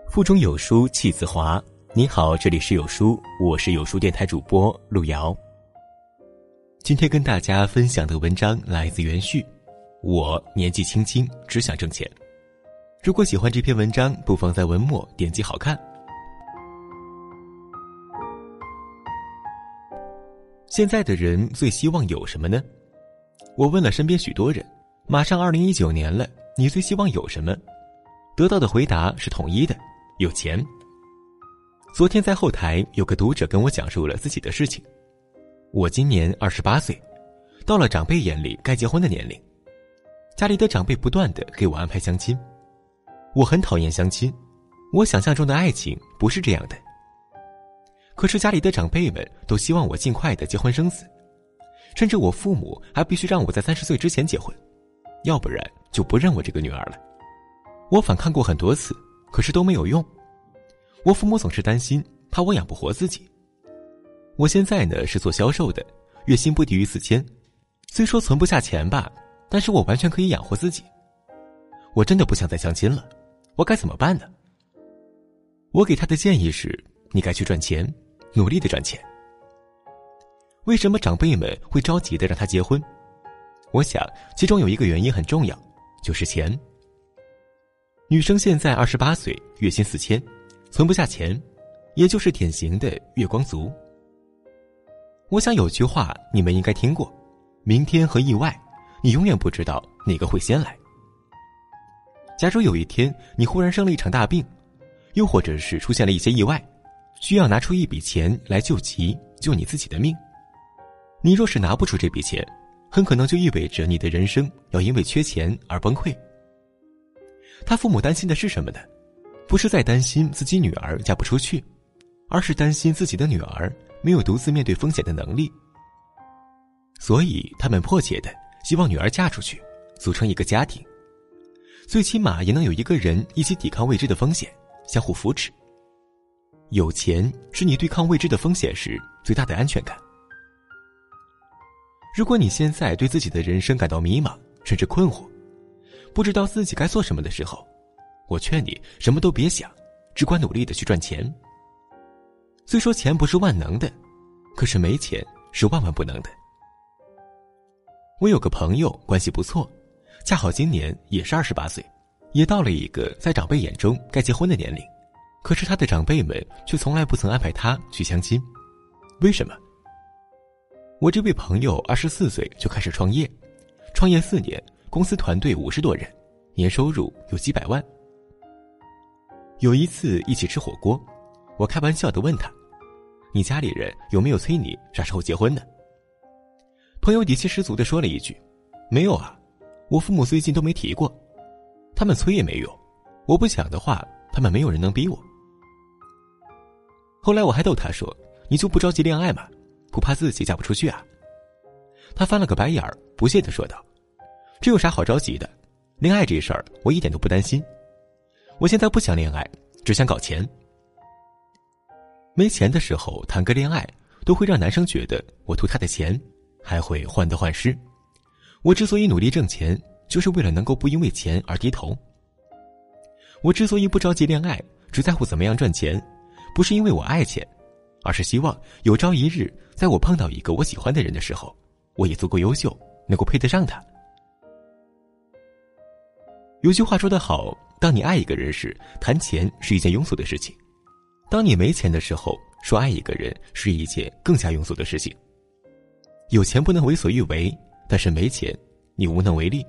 腹中有书气自华。你好，这里是有书，我是有书电台主播路遥。今天跟大家分享的文章来自袁旭。我年纪轻轻只想挣钱。如果喜欢这篇文章，不妨在文末点击好看。现在的人最希望有什么呢？我问了身边许多人，马上2019年了，你最希望有什么？得到的回答是统一的，有钱。昨天在后台有个读者跟我讲述了自己的事情。我今年28岁，到了长辈眼里该结婚的年龄。家里的长辈不断地给我安排相亲。我很讨厌相亲，我想象中的爱情不是这样的。可是家里的长辈们都希望我尽快地结婚生子，甚至我父母还必须让我在30岁之前结婚，要不然就不认我这个女儿了。我反抗过很多次，可是都没有用。我父母总是担心，怕我养不活自己。我现在呢是做销售的，月薪不低于4000，虽说存不下钱吧，但是我完全可以养活自己。我真的不想再相亲了，我该怎么办呢？我给他的建议是，你该去赚钱，努力的赚钱。为什么长辈们会着急的让他结婚？我想其中有一个原因很重要，就是钱。女生现在28岁，月薪4000，存不下钱，也就是典型的月光族。我想有句话你们应该听过，明天和意外，你永远不知道哪个会先来。假如有一天你忽然生了一场大病，又或者是出现了一些意外，需要拿出一笔钱来救急，救你自己的命。你若是拿不出这笔钱，很可能就意味着你的人生要因为缺钱而崩溃。他父母担心的是什么呢？不是在担心自己女儿嫁不出去，而是担心自己的女儿没有独自面对风险的能力。所以他们迫切的希望女儿嫁出去，组成一个家庭，最起码也能有一个人一起抵抗未知的风险，相互扶持。有钱是你对抗未知的风险时最大的安全感。如果你现在对自己的人生感到迷茫，甚至困惑，不知道自己该做什么的时候，我劝你什么都别想，只管努力的去赚钱。虽说钱不是万能的，可是没钱是万万不能的。我有个朋友关系不错，恰好今年也是28岁，也到了一个在长辈眼中该结婚的年龄，可是他的长辈们却从来不曾安排他去相亲。为什么？我这位朋友24岁就开始创业，创业4年，公司团队50多人，年收入有几百万。有一次一起吃火锅，我开玩笑地问他，你家里人有没有催你啥时候结婚呢？朋友底气十足地说了一句，没有啊，我父母最近都没提过，他们催也没用，我不想的话，他们没有人能逼我。后来我还逗他说，你就不着急恋爱吗？不怕自己嫁不出去啊？他翻了个白眼儿，不屑地说道，这有啥好着急的？恋爱这事儿我一点都不担心，我现在不想恋爱，只想搞钱。没钱的时候谈个恋爱都会让男生觉得我图他的钱，还会患得患失。我之所以努力挣钱，就是为了能够不因为钱而低头。我之所以不着急恋爱，只在乎怎么样赚钱，不是因为我爱钱，而是希望有朝一日在我碰到一个我喜欢的人的时候，我也足够优秀，能够配得上他。有句话说得好，当你爱一个人时，谈钱是一件庸俗的事情；当你没钱的时候，说爱一个人是一件更加庸俗的事情。有钱不能为所欲为，但是没钱你无能为力。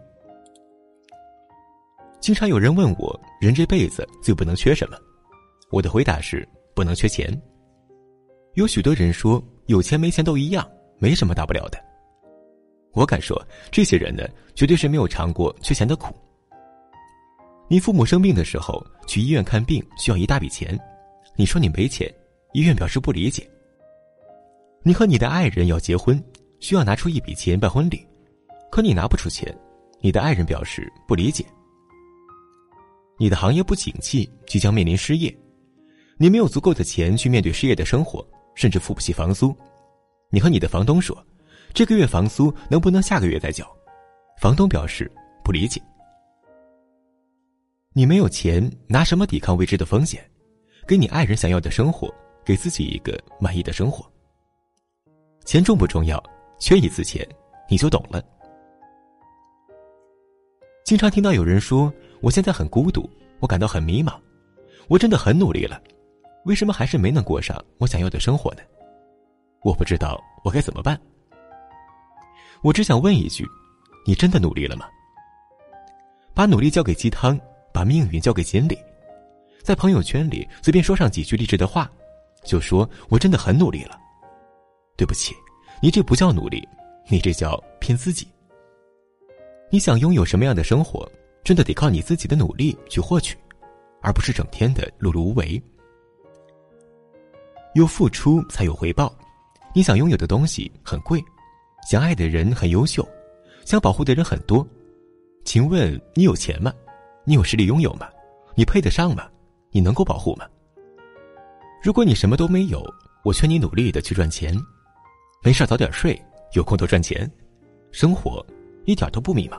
经常有人问我，人这辈子最不能缺什么？我的回答是，不能缺钱。有许多人说，有钱没钱都一样，没什么大不了的。我敢说，这些人呢，绝对是没有尝过缺钱的苦。你父母生病的时候，去医院看病需要一大笔钱，你说你没钱，医院表示不理解。你和你的爱人要结婚，需要拿出一笔钱办婚礼，可你拿不出钱，你的爱人表示不理解。你的行业不景气，即将面临失业，你没有足够的钱去面对失业的生活，甚至付不起房租。你和你的房东说，这个月房租能不能下个月再交？房东表示不理解。你没有钱，拿什么抵抗未知的风险？ 给你爱人想要的生活，给自己一个满意的生活。钱重不重要，缺一次钱你就懂了。经常听到有人说，我现在很孤独，我感到很迷茫，我真的很努力了，为什么还是没能过上我想要的生活呢？我不知道我该怎么办。我只想问一句，你真的努力了吗？把努力交给鸡汤，把命运交给锦鲤，在朋友圈里随便说上几句励志的话，就说我真的很努力了。对不起，你这不叫努力，你这叫骗自己。你想拥有什么样的生活，真的得靠你自己的努力去获取，而不是整天的碌碌无为。有付出才有回报，你想拥有的东西很贵，想爱的人很优秀，想保护的人很多，请问你有钱吗？你有实力拥有吗？你配得上吗？你能够保护吗？如果你什么都没有，我劝你努力的去赚钱，没事早点睡，有空多赚钱，生活一点都不迷茫。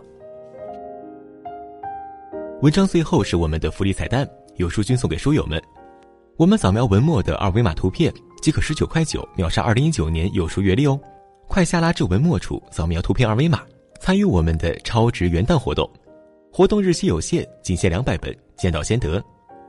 文章最后是我们的福利彩蛋，有书君送给书友们。我们扫描文末的二维码图片即可19.9块秒杀2019年有书月历哦！快下拉至文末处扫描图片二维码，参与我们的超值元旦活动。活动日期有限，仅限200本，先到先得。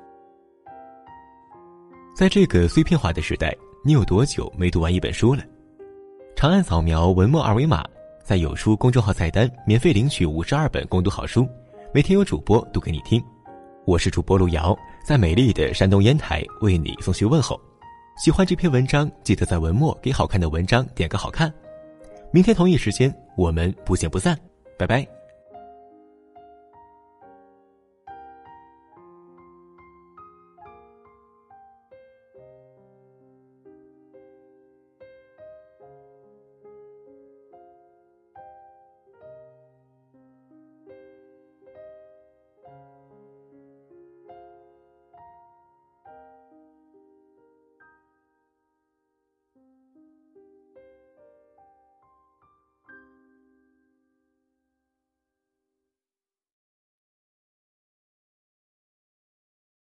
在这个碎片化的时代，你有多久没读完一本书了？长按扫描文末二维码，在有书公众号菜单免费领取52本共读好书，每天有主播读给你听。我是主播路遥，在美丽的山东烟台为你送去问候。喜欢这篇文章，记得在文末给好看的文章点个好看。明天同一时间，我们不见不散，拜拜。